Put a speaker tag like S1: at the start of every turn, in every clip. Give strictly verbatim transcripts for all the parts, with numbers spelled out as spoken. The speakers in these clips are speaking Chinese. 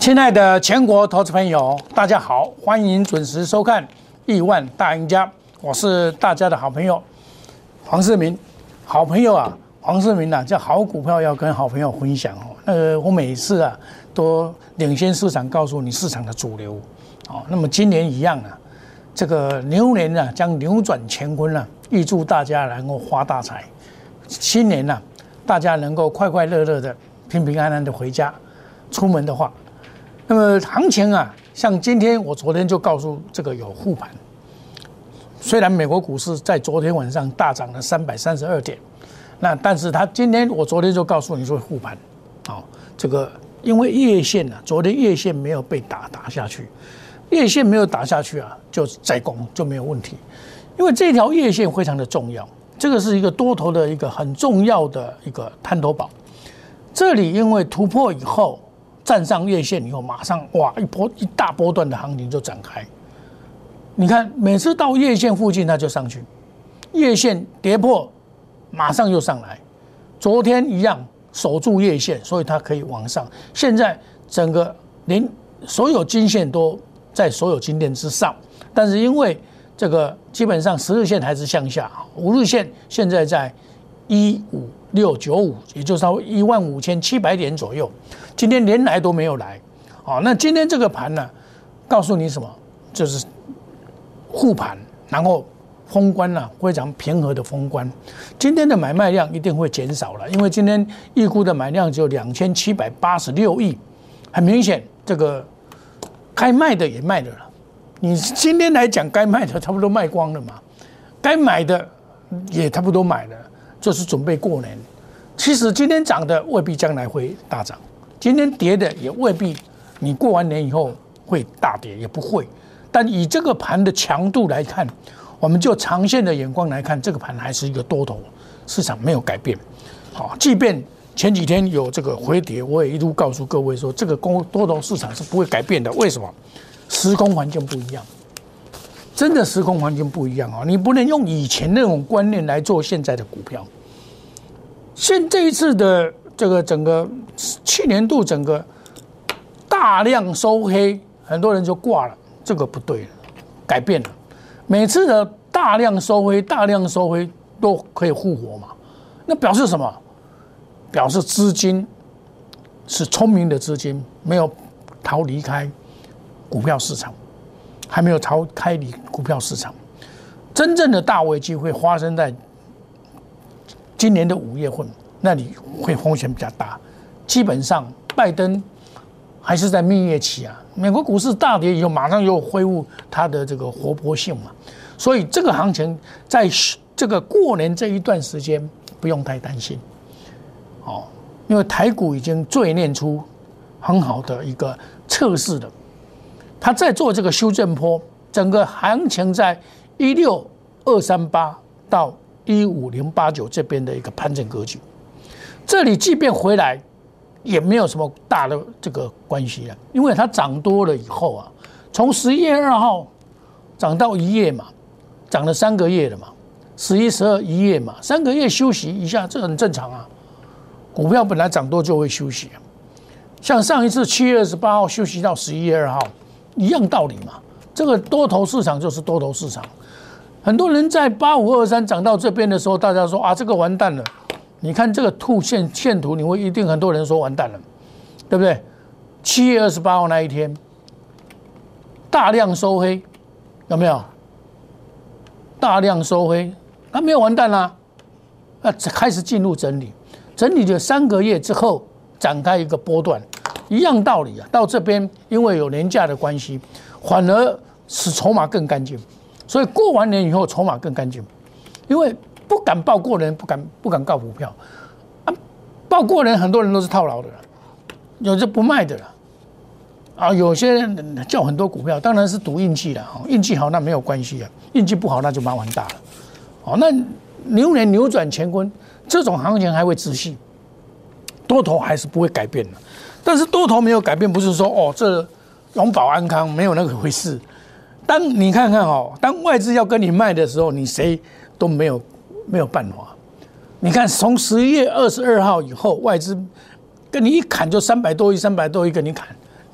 S1: 亲爱的全国投资朋友，大家好，欢迎准时收看《亿万大赢家》，我是大家的好朋友黄世明。好朋友啊，黄世明啊，这好股票要跟好朋友分享哦。那个我每次啊都领先市场，告诉你市场的主流哦。那么今年一样啊，这个牛年啊将扭转乾坤啊，预祝大家能够发大财。新年啊，大家能够快快乐乐的、平平安安的回家。出门的话，那么行情啊，像今天我昨天就告诉这个有护盘。虽然美国股市在昨天晚上大涨了三百三十二点，那但是它今天我昨天就告诉你说护盘，哦，这个因为月线啊，昨天月线没有被打打下去，月线没有打下去啊，就再攻就没有问题，因为这条月线非常的重要，这个是一个多头的一个很重要的一个滩头堡。这里因为突破以后，站上月线以后，马上哇一波一大波段的行情就展开。你看，每次到月线附近它就上去，月线跌破，马上又上来。昨天一样守住月线，所以它可以往上。现在整个连所有均线都在所有均线之上，但是因为这个基本上十日线还是向下，五日线现在在一五六九五，也就是差不多一万五千七百点左右。今天连来都没有来，哦，那今天这个盘呢，告诉你什么？就是护盘，然后封关呢、啊、非常平和的封关。今天的买卖量一定会减少了，因为今天预估的买量只有两千七百八十六亿，很明显，这个该卖的也卖了了。你今天来讲，该卖的差不多卖光了嘛，该买的也差不多买了，就是准备过年。其实今天涨的未必将来会大涨。今天跌的也未必，你过完年以后会大跌，也不会。但以这个盘的强度来看，我们就长线的眼光来看，这个盘还是一个多头市场，没有改变。好，即便前几天有这个回跌，我也一路告诉各位说，这个多头市场是不会改变的。为什么？时空环境不一样，真的时空环境不一样啊！你不能用以前那种观念来做现在的股票。现这一次的这个整个去年度整个大量收黑，很多人就挂了，这个不对了，改变了。每次的大量收黑、大量收黑都可以复活嘛？那表示什么？表示资金是聪明的资金，没有逃离开股票市场，还没有逃开离股票市场。真正的大危机会发生在今年的五月份。那里会风险比较大，基本上拜登还是在蜜月期啊。美国股市大跌以后，马上又恢复它的这个活泼性嘛，所以这个行情在这个过年这一段时间不用太担心，哦，因为台股已经淬炼出很好的一个测试了，它在做这个修正波，整个行情在一六二三八到一五零八九这边的一个盘整格局。这里即便回来，也没有什么大的这个关系了，因为它涨多了以后啊，从十一月二号涨到一月嘛，涨了三个月了嘛，十一、十二、一月嘛，三个月休息一下，这很正常啊。股票本来涨多就会休息，像上一次七月二十八号休息到十一月二号，一样道理嘛。这个多头市场就是多头市场，很多人在八五二三涨到这边的时候，大家说啊，这个完蛋了。你看这个兔线线图，你会一定很多人说完蛋了，对不对？七月二十八号那一天，大量收黑，有没有？大量收黑，它没有完蛋啦，那开始进入整理，整理了三个月之后展开一个波段，一样道理啊。到这边因为有年假的关系，反而使筹码更干净，所以过完年以后筹码更干净，因为不敢报过人，不敢不敢告股票，啊，报过人很多人都是套牢的，有的不卖的了，啊，有些人叫很多股票，当然是赌运气了，运气好那没有关系啊，运气不好那就麻烦大了，哦，那牛年扭转乾坤，这种行情还会持续，多头还是不会改变的，但是多头没有改变，不是说哦这永保安康，没有那个回事。当你看看哦，当外资要跟你卖的时候，你谁都没有。没有办法，你看从十一月二十二号以后，外资跟你一砍就三百多亿、三百多亿跟你砍，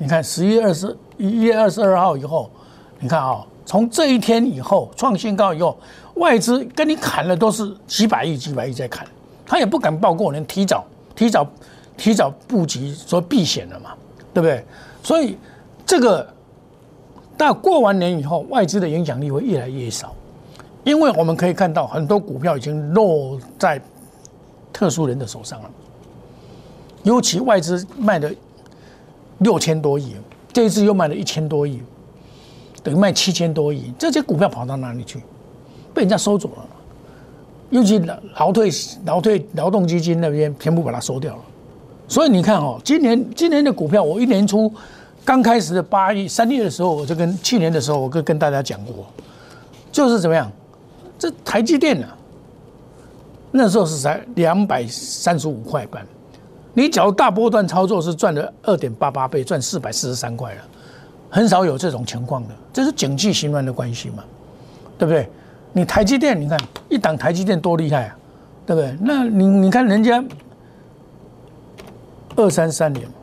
S1: 你看十一月二十一月二十二号以后，你看啊、哦，从这一天以后创新高以后，外资跟你砍的都是几百亿、几百亿在砍，他也不敢报过年，提早、提早、提早布局，说避险了嘛，对不对？所以这个到过完年以后，外资的影响力会越来越少，因为我们可以看到很多股票已经落在特殊人的手上了，尤其外资卖的六千多亿，这一次又卖了一千多亿，等于卖七千多亿，这些股票跑到哪里去？被人家收走了，尤其劳退、劳退、劳动基金那边全部把它收掉了。所以你看哦，今年今年的股票，我一年初刚开始的八月、三月的时候，我就跟去年的时候，我跟跟大家讲过，就是怎么样，这台积电呢、啊，那时候是才两百三十五块半，你假如大波段操作是赚了二点八八倍，赚四百四十三块了，很少有这种情况的，这是景气循环的关系嘛，对不对？你台积电，你看一档台积电多厉害啊，对不对？那你你看人家二三三年，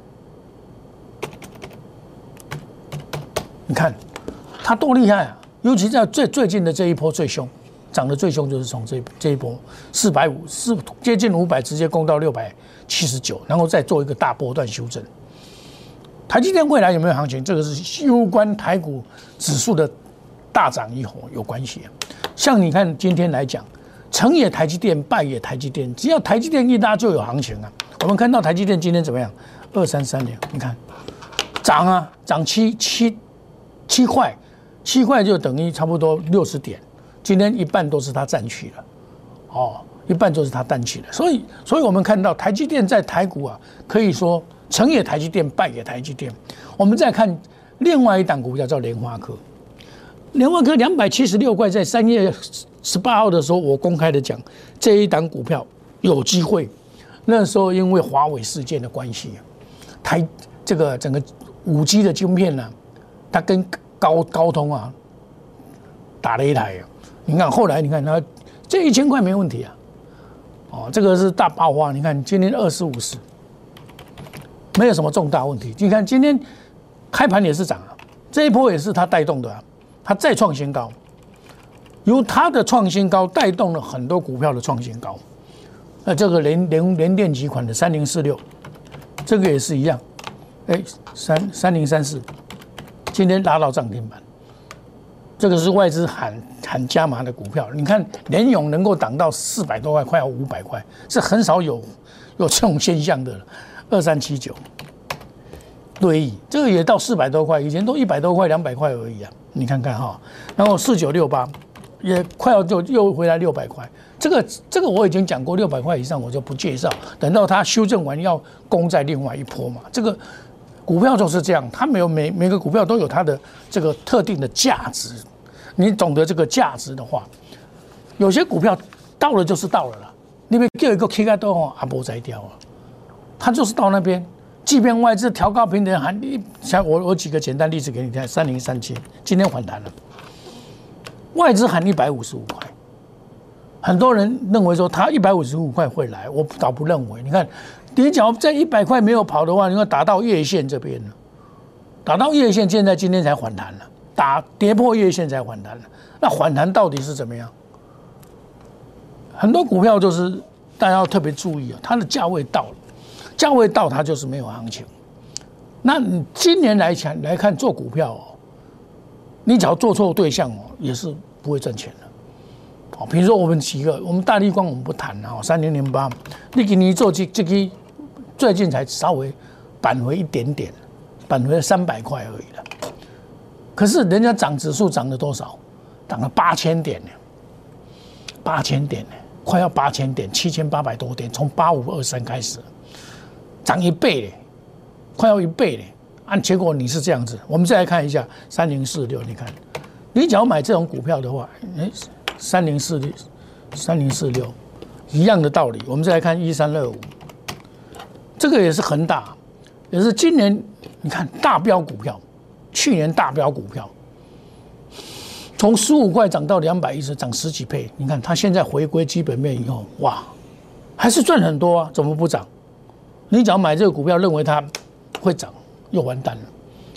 S1: 你看它多厉害啊！尤其在最最近的这一波最凶，涨得最凶就是从这这一波四百五四接近五百，直接攻到六百七十九，然后再做一个大波段修正。台积电未来有没有行情？这个是攸关台股指数的大涨以后有关系、啊。像你看今天来讲，成也台积电，败也台积电，只要台积电一拉就有行情啊。我们看到台积电今天怎么样？二三三零，你看涨啊，涨七七七块，七块就等于差不多六十点。今天一半都是它占去了，哦，一半都是它占去了。所以，所以我们看到台积电在台股啊，可以说成也台积电，败也台积电。我们再看另外一档股票叫联发科。联发科两百七十六块，在三月十八号的时候，我公开的讲，这一档股票有机会。那时候因为华为事件的关系，台这个整个五 G 的晶片呢、啊，它跟高高通啊打擂台啊。你看后来，你看它这一千块没问题啊，哦，这个是大爆发。你看今天二十五十，没有什么重大问题。你看今天开盘也是涨啊，这一波也是它带动的啊。它再创新高，由它的创新高带动了很多股票的创新高。那这个联联联电几款的三零四六，这个也是一样，哎，三三零三四，今天拉到涨停板。这个是外资喊喊加码的股票，你看联咏能够涨到四百多块，快要五百块，是很少有有这种现象的。二三七九，对亿，这个也到四百多块，以前都一百多块、两百块而已啊。你看看哈，然后四九六八也快要就又回来六百块，这个这个我已经讲过，六百块以上我就不介绍，等到它修正完要攻在另外一波嘛。这个股票就是这样，它没有每每个股票都有它的这个特定的价值，你懂得这个价值的话，有些股票到了就是到了啦，你别叫一个 K 开都哦阿波摘掉啊，它就是到那边。即便外资调高平等喊，像我我举个简单例子给你看，三零三七今天反弹了，外资喊一百五十五块，很多人认为说它一百五十五块会来，我倒不认为。你看，你只要在一百块没有跑的话，你要打到月线这边了，打到月线，现在今天才反弹了，打跌破月线才反弹了。那反弹到底是怎么样？很多股票就是大家要特别注意啊，它的价位到了。价位到它就是没有行情。那你今年来看来看做股票哦，你只要做错对象哦，也是不会赚钱的。哦，比如说我们几个，我们大立光我们不谈啊，三零零八，你今年做这这个最近才稍微扳回一点点，扳回三百块而已了。可是人家涨指数涨了多少？涨了八千点呢，八千点呢，快要八千点，七千八百多点，从八五二三开始。涨一倍嘞，快要一倍嘞！按结果你是这样子，我们再来看一下三零四六，你看，你只要买这种股票的话，哎，三零四六，三零四六，一样的道理。我们再来看一三二五，这个也是恒大，也是今年你看大标股票，去年大标股票，从十五块涨到两百一十，涨十几倍。你看它现在回归基本面以后，哇，还是赚很多啊，怎么不涨？你只要买这个股票，认为它会涨，又完蛋了。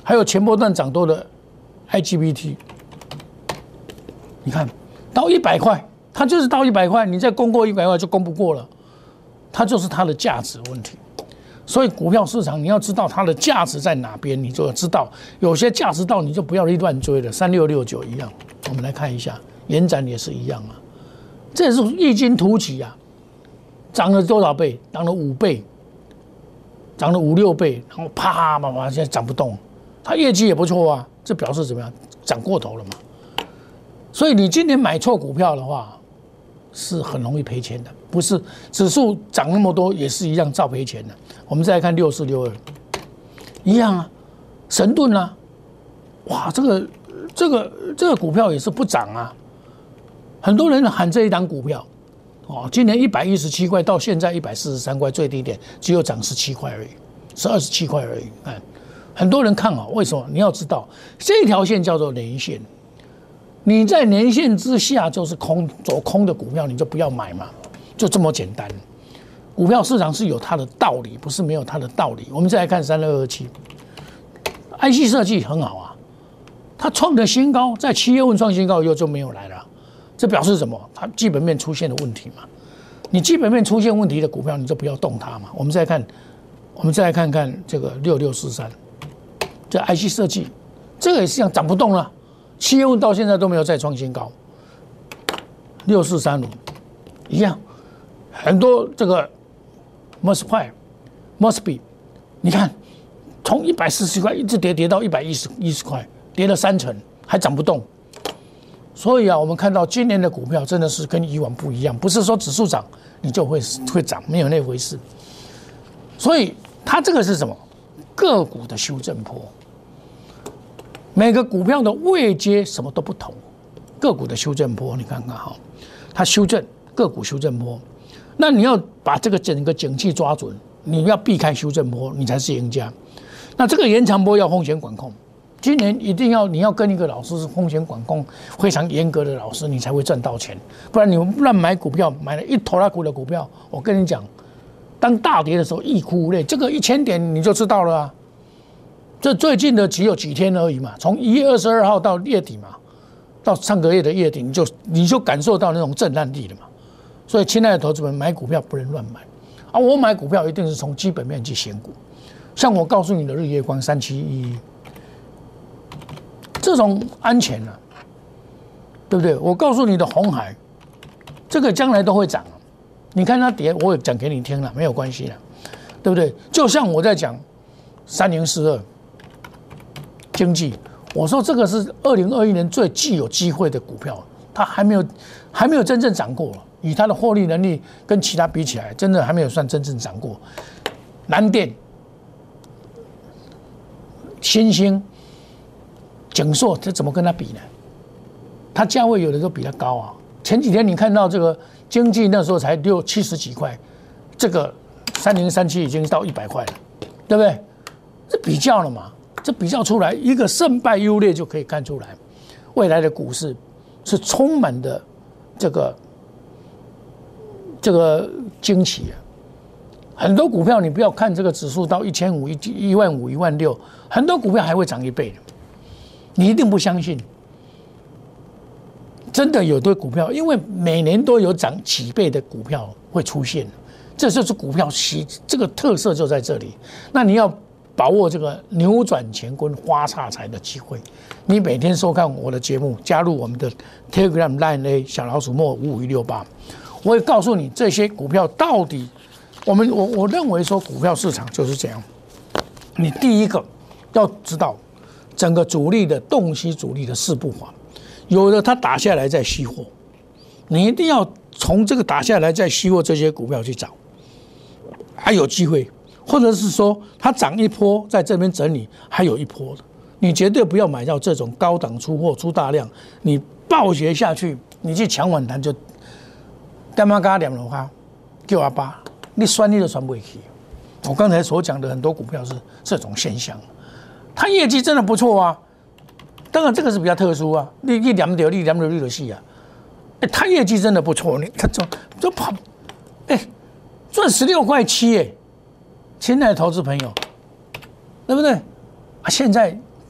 S1: 还有前波段涨多的 I G B T， 你看到一百块，它就是到一百块，你再攻过一百块就攻不过了，它就是它的价值问题。所以股票市场你要知道它的价值在哪边，你就要知道有些价值到你就不要乱追了。三六六九一样，我们来看一下，延展也是一样啊，这也是异军突起啊，涨了多少倍？涨了五倍，涨了五六倍，然后啪啪啪，现在涨不动，它业绩也不错啊，这表示怎么样？涨过头了嘛。所以你今年买错股票的话，是很容易赔钱的，不是指数涨那么多也是一样照赔钱的。我们再来看六四六二，一样啊，神盾啊，哇，这个这个这个股票也是不涨啊，很多人喊这一档股票，哦，今年一百一十七块到现在一百四十三块，最低点只有涨十七块而已，是二十七块而已。看，很多人看好，为什么？你要知道这条线叫做年线。你在年线之下就是空走空的股票，你就不要买嘛，就这么简单。股票市场是有它的道理，不是没有它的道理。我们再来看三二二七 ，I C 设计很好啊，它创的新高，在七月份创新高以后就没有来了，这表示什么？它基本面出现了问题嘛。你基本面出现问题的股票，你就不要动它嘛。我们再来看，我们再来看看这个六六四三，这 I C 设计，这个也是一样涨不动了。七月份到现在都没有再创新高，六四三五一样，很多这个 must buy must be， 你看从一百四十块一直跌跌到一百一十一十块，跌了三成还涨不动。所以啊，我们看到今年的股票真的是跟以往不一样，不是说指数涨你就会会涨，没有那回事。所以它这个是什么？个股的修正波。每个股票的位阶什么都不同，个股的修正波，你看看哈，它修正个股修正波，那你要把这个整个景气抓准，你要避开修正波，你才是赢家。那这个延长波要风险管控，今年一定要你要跟一个老师是风险管控非常严格的老师，你才会赚到钱，不然你乱买股票，买了一头拉股的股票，我跟你讲，当大跌的时候欲哭无泪，这个一千点你就知道了啊。这最近的只有几天而已嘛，从一月二十二号到月底嘛，到上个月的月底，你就你就感受到那种震撼力了嘛。所以，亲爱的投资们，买股票不能乱买啊！我买股票一定是从基本面去选股，像我告诉你的日月光三七一一，这种安全啊，对不对？我告诉你的鸿海，这个将来都会涨，你看它跌，我也讲给你听了，没有关系了，对不对？就像我在讲三零四二。经济，我说这个是二零二一年最具有机会的股票，它还没有还没有真正涨过，以它的获利能力跟其他比起来，真的还没有算真正涨过。南电、新兴、景硕，这怎么跟它比呢？它价位有的都比它高啊。前几天你看到这个经济那时候才六七十几块，这个三零三七已经到一百块了，对不对？这比较了嘛。这比较出来，一个胜败优劣就可以看出来，未来的股市是充满的这个这个惊奇啊！很多股票你不要看这个指数到一千五、一一万五、一万六，很多股票还会涨一倍的，你一定不相信。真的有堆股票，因为每年都有涨几倍的股票会出现，这就是股票其这个特色就在这里。那你要把握这个扭转乾坤、发大财的机会，你每天收看我的节目，加入我们的 Telegram Line A 小老鼠莫五五一六八，我会告诉你这些股票到底，我们我我认为说股票市场就是这样。你第一个要知道整个主力的洞悉主力的四步法，有的它打下来再吸货，你一定要从这个打下来再吸货这些股票去找，还有机会。或者是说它涨一波，在这边整理，还有一波的，你绝对不要买到这种高档出货出大量，你暴跌下去，你去抢反弹就干嘛干两楼哈，叫阿爸，你酸你都酸不起。我刚才所讲的很多股票是这种现象，它业绩真的不错啊，当然这个是比较特殊啊，你一两条你两条你就死啊，哎，它业绩真的不错，你看这这跑，哎，赚十六块七哎。亲爱的投资朋友，对不对？啊，现在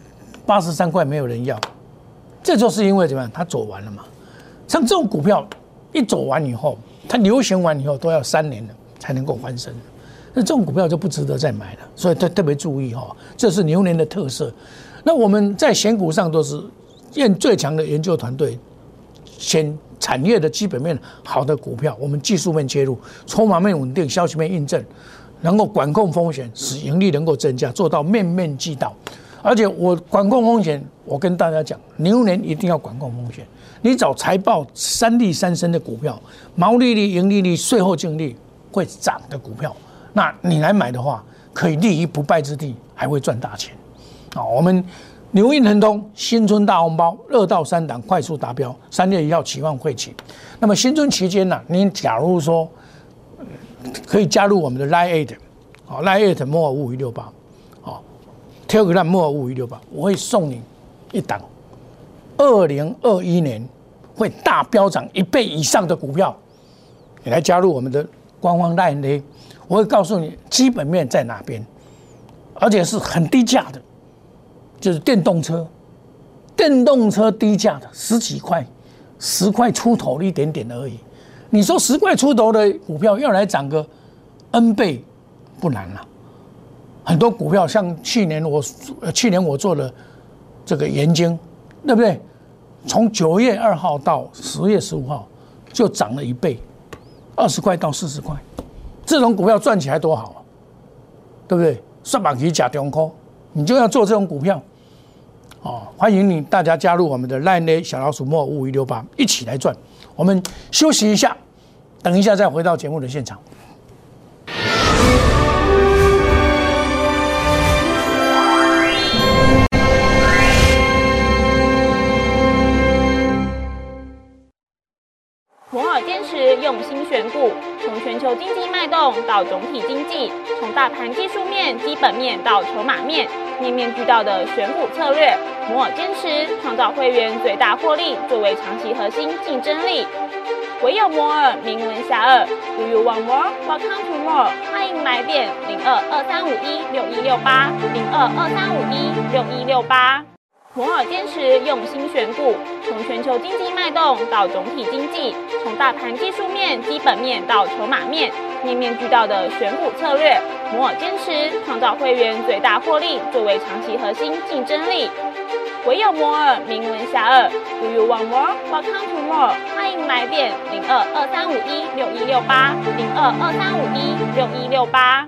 S1: 八十三块没有人要，这就是因为怎么样？它走完了嘛。像这种股票一走完以后，它流行完以后都要三年了才能够翻身，那这种股票就不值得再买了。所以特特别注意哈，这是牛年的特色。那我们在选股上都是用最强的研究团队，选产业的基本面好的股票，我们技术面切入，筹码面稳定，消息面印证，能够管控风险，使盈利能够增加，做到面面俱到。而且我管控风险，我跟大家讲，牛年一定要管控风险。你找财报三利三升的股票，毛利率、盈利率、税后净利会涨的股票，那你来买的话，可以立于不败之地，还会赚大钱。好，我们牛运腾通新春大红包，二到三档快速达标，三月一号起放会期。那么新春期间呢、啊，你假如说可以加入我们的 Line eight， 好 ，Line eight 摩尔五五一六八，好 ，Telegram 摩尔五五一六八，我会送你一档二零二一年会大飙涨一倍以上的股票，你来加入我们的官方 Line， 我会告诉你基本面在哪边，而且是很低价的。就是电动车，电动车低价的十几块，十块出头一点点而已。你说十块出头的股票要来涨个 N 倍，不难了。很多股票像去年我去年我做的这个研经，对不对？从九月二号到十月十五号就涨了一倍，二十块到四十块，这种股票赚起来多好啊，对不对？算把可以假中科，你就要做这种股票。哦，欢迎你大家加入我们的 Line 小老鼠莫五五一六八，一起来赚。我们休息一下，等一下再回到节目的现场。
S2: 摩尔坚持用心选股，从全球经济脉动到总体经济，从大盘技术面、基本面到筹码面，面面俱到的选股策略。摩尔坚持创造会员最大获利作为长期核心竞争力。唯有摩尔名闻遐迩。Do you want more? Welcome to more。欢迎来电零二二三五一六一六八零二二三五一六一六八。摩尔坚持用心选股，从全球经济脉动到总体经济，从大盘技术面、基本面到筹码面，面面俱到的选股策略。摩尔坚持创造会员最大获利作为长期核心竞争力。唯有摩尔名闻遐迩。Do you want more? Welcome to more。欢迎来电零二二三五一六一六八零二二三五一六一六八。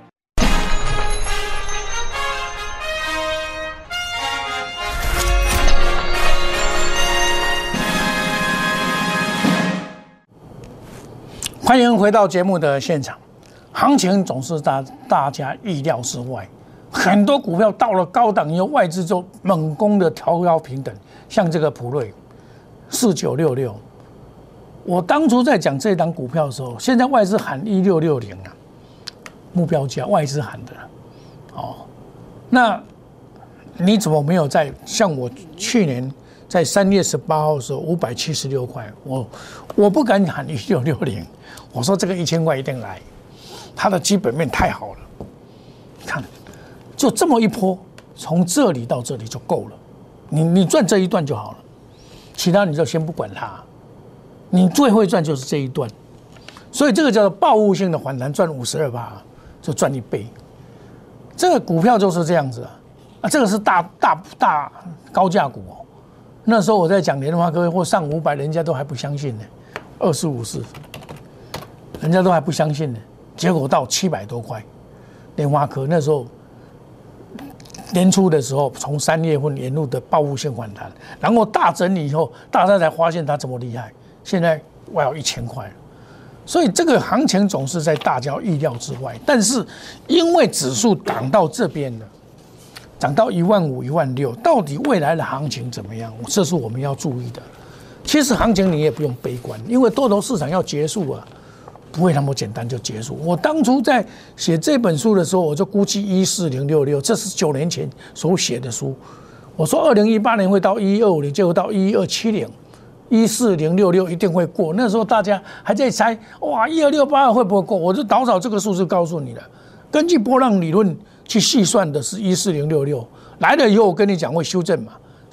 S1: 欢迎回到节目的现场。行情总是大大家意料之外，很多股票到了高档以后，外资就猛攻的调高平等，像这个普瑞四九六六，我当初在讲这档股票的时候，现在外资喊一六六零啊，目标价外资喊的哦。那你怎么没有在像我去年在三月十八号的时候五百七十六块，我我不敢喊一六六零，我说这个一千块一定来，它的基本面太好了，看。就这么一波，从这里到这里就够了，你你赚这一段就好了，其他你就先不管它，你最会赚就是这一段，所以这个叫做报复性的反弹，赚五十二趴就赚一倍，这个股票就是这样子啊，啊这个是大大大高价股哦，那时候我在讲联发科或上五百，人家都还不相信呢，二十五四，人家都还不相信呢，结果到七百多块，联发科那时候。年初的时候，从三月份沿路的报复性反弹，然后大整理以后，大家才发现它这么厉害。现在我要一千块了，所以这个行情总是在大家意料之外。但是因为指数涨到这边了，涨到一万五、一万六，到底未来的行情怎么样？这是我们要注意的。其实行情你也不用悲观，因为多头市场要结束啊。不会那么简单就结束。我当初在写这本书的时候，我就估计一四零六六，这是九年前所写的书。我说二零一八年会到一一二五零，结果到一一二七零，一四零六六一定会过。那时候大家还在猜，哇，一二六八会不会过？我就导导这个数字告诉你了。根据波浪理论去细算的是一四零六六，来了以后我跟你讲会修正嘛，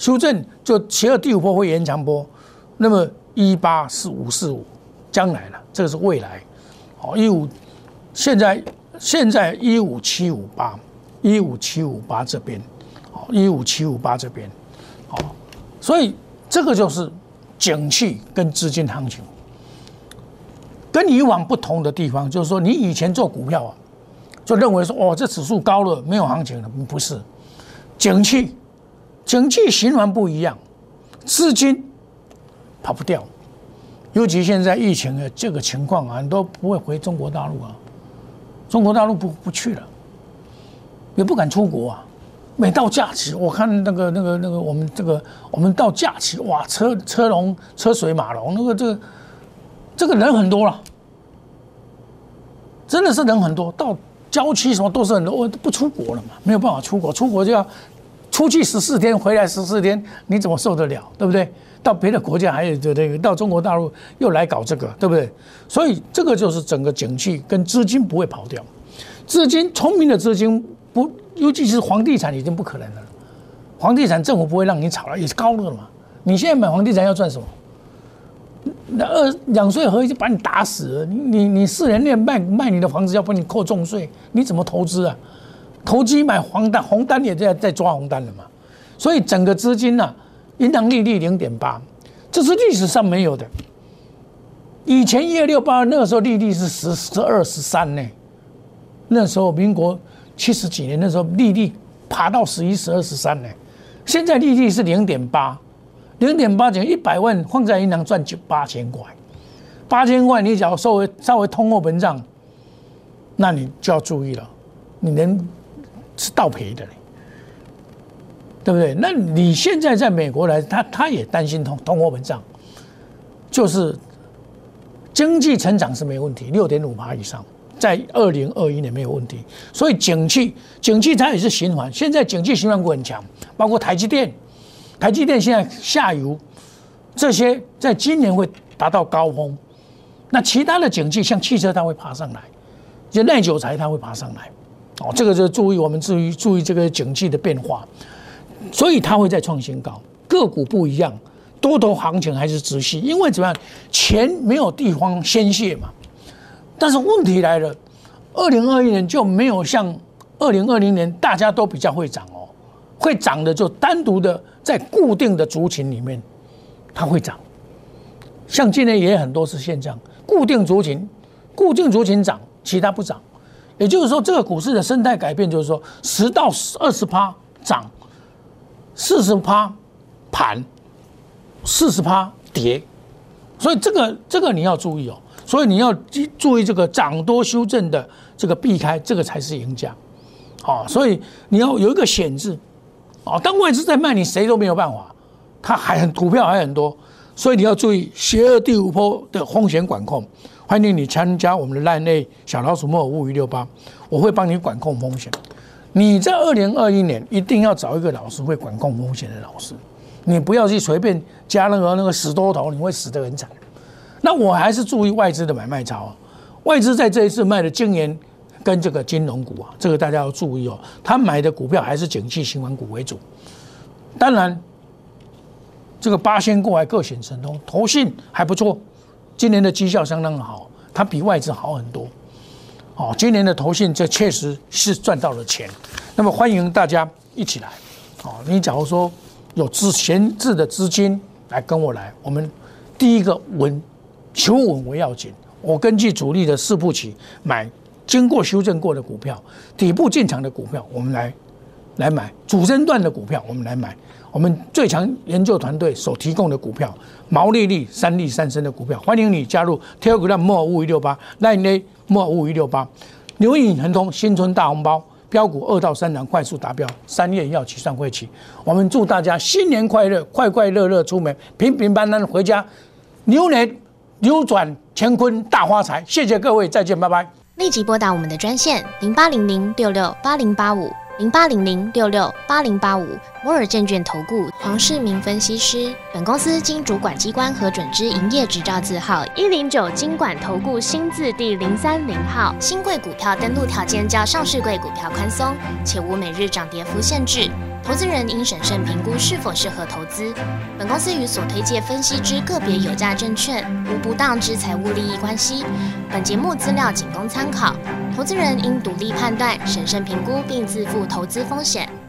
S1: 修正就邪恶第五波会延长波，那么一八四五四五将来了，这个是未来。哦，一五现在现在一五七五八，一五七五八这边，哦，一五七五八这边，哦，所以这个就是景气跟资金行情。跟以往不同的地方，就是说，你以前做股票啊，就认为说，哦，这指数高了，没有行情了，不是。景气，景气循环不一样，资金跑不掉。尤其现在疫情的这个情况啊，很多不会回中国大陆啊，中国大陆不不去了，也不敢出国啊。每到假期，我看那个那个那个，我们这个我们到假期，哇，车车龙车水马龙，那个这个。这个人很多了，真的是人很多。到郊区什么都是很多，我不出国了嘛，没有办法出国，出国就要出去十四天，回来十四天，你怎么受得了？对不对？到别的国家还有这个，到中国大陆又来搞这个，对不对？所以这个就是整个景气跟资金不会跑掉，资金聪明的资金不，尤其是房地产已经不可能了。房地产政府不会让你炒了，也是高了嘛。你现在买房地产要赚什么？那二两税合一就把你打死了，你你你四年内卖卖你的房子要帮你扣重税，你怎么投资啊？投机买黄单，红单也在在抓红单了嘛。所以整个资金啊，银行利率零点八，这是历史上没有的。以前一二六八那个时候利率是十十二十三呢，那时候民国七十几年那时候利率爬到十一十二十三呢，现在利率是零点八。零点八减一百万放在银行赚就八千块，八千块你只要稍微稍微通货膨胀，那你就要注意了，你能是倒赔的嘞，对不对？那你现在在美国来，他他也担心通通货膨胀，就是经济成长是没问题，六点五趴以上，在二零二一年没有问题，所以景气景气它也是循环，现在景气循环股很强，包括台积电。台积电现在下游这些在今年会达到高峰，那其他的景气像汽车它会爬上来，就耐久材它会爬上来，哦，这个就注意我们注意注意这个景气的变化，所以它会再创新高。个股不一样，多头行情还是直系，因为怎么样，钱没有地方宣泄嘛。但是问题来了，二零二一年就没有像二零二零年大家都比较会涨哦，会涨的就单独的。在固定的族群里面，它会涨。像今年也很多是现象，固定族群，固定族群涨，其他不涨。也就是说，这个股市的生态改变，就是说，十到二十趴涨，四十趴盘，四十趴跌。所以这个这个你要注意哦。所以你要注意这个涨多修正的这个避开，这个才是赢家。好，所以你要有一个险字。哦，当外资在卖你，谁都没有办法，它还很股票还很多，所以你要注意邪恶第五波的风险管控。欢迎你参加我们的 LINE A 小老鼠莫尔五一六八，我会帮你管控风险。你在二零二一年一定要找一个老师会管控风险的老师，你不要去随便加那个那个死多头，你会死得很惨。那我还是注意外资的买卖潮，外资在这一次卖的晶圆。跟这个金融股啊，这个大家要注意哦。他买的股票还是景气循环股为主。当然，这个八仙过海各显神通，投信还不错，今年的绩效相当好，它比外资好很多。哦，今年的投信这确实是赚到了钱。那么欢迎大家一起来。哦，你假如说有资闲置的资金来跟我来，我们第一个稳，求稳为要紧。我根据主力的四部曲买。经过修正过的股票，底部进场的股票，我们来来买；主升段的股票，我们来买。我们最强研究团队所提供的股票，毛利率三利三升的股票，欢迎你加入 Telegram 莫尔五一六八 ，Line A 莫尔五一六八，牛影恒通新春大红包，标股二到三档快速达标，三月要起算会起。我们祝大家新年快乐，快快乐乐出门，平平安安回家，牛年扭转乾坤大发财。谢谢各位，再见，拜拜。
S3: 立即拨打我们的专线零八零零六六八零八五零八零零六六八零八五摩尔证券投顾黄世明分析师。本公司经主管机关核准之营业执照字号一零九金管投顾新字第零三零号。新贵股票登录条件较上市贵股票宽松，且无每日涨跌幅限制。 投资人应审慎评估是否适合投资。本公司与所推介分析之个别有价证券无不当之财务利益关系。本节目资料仅供参考，投资人应独立判断、审慎评估并自负投资风险。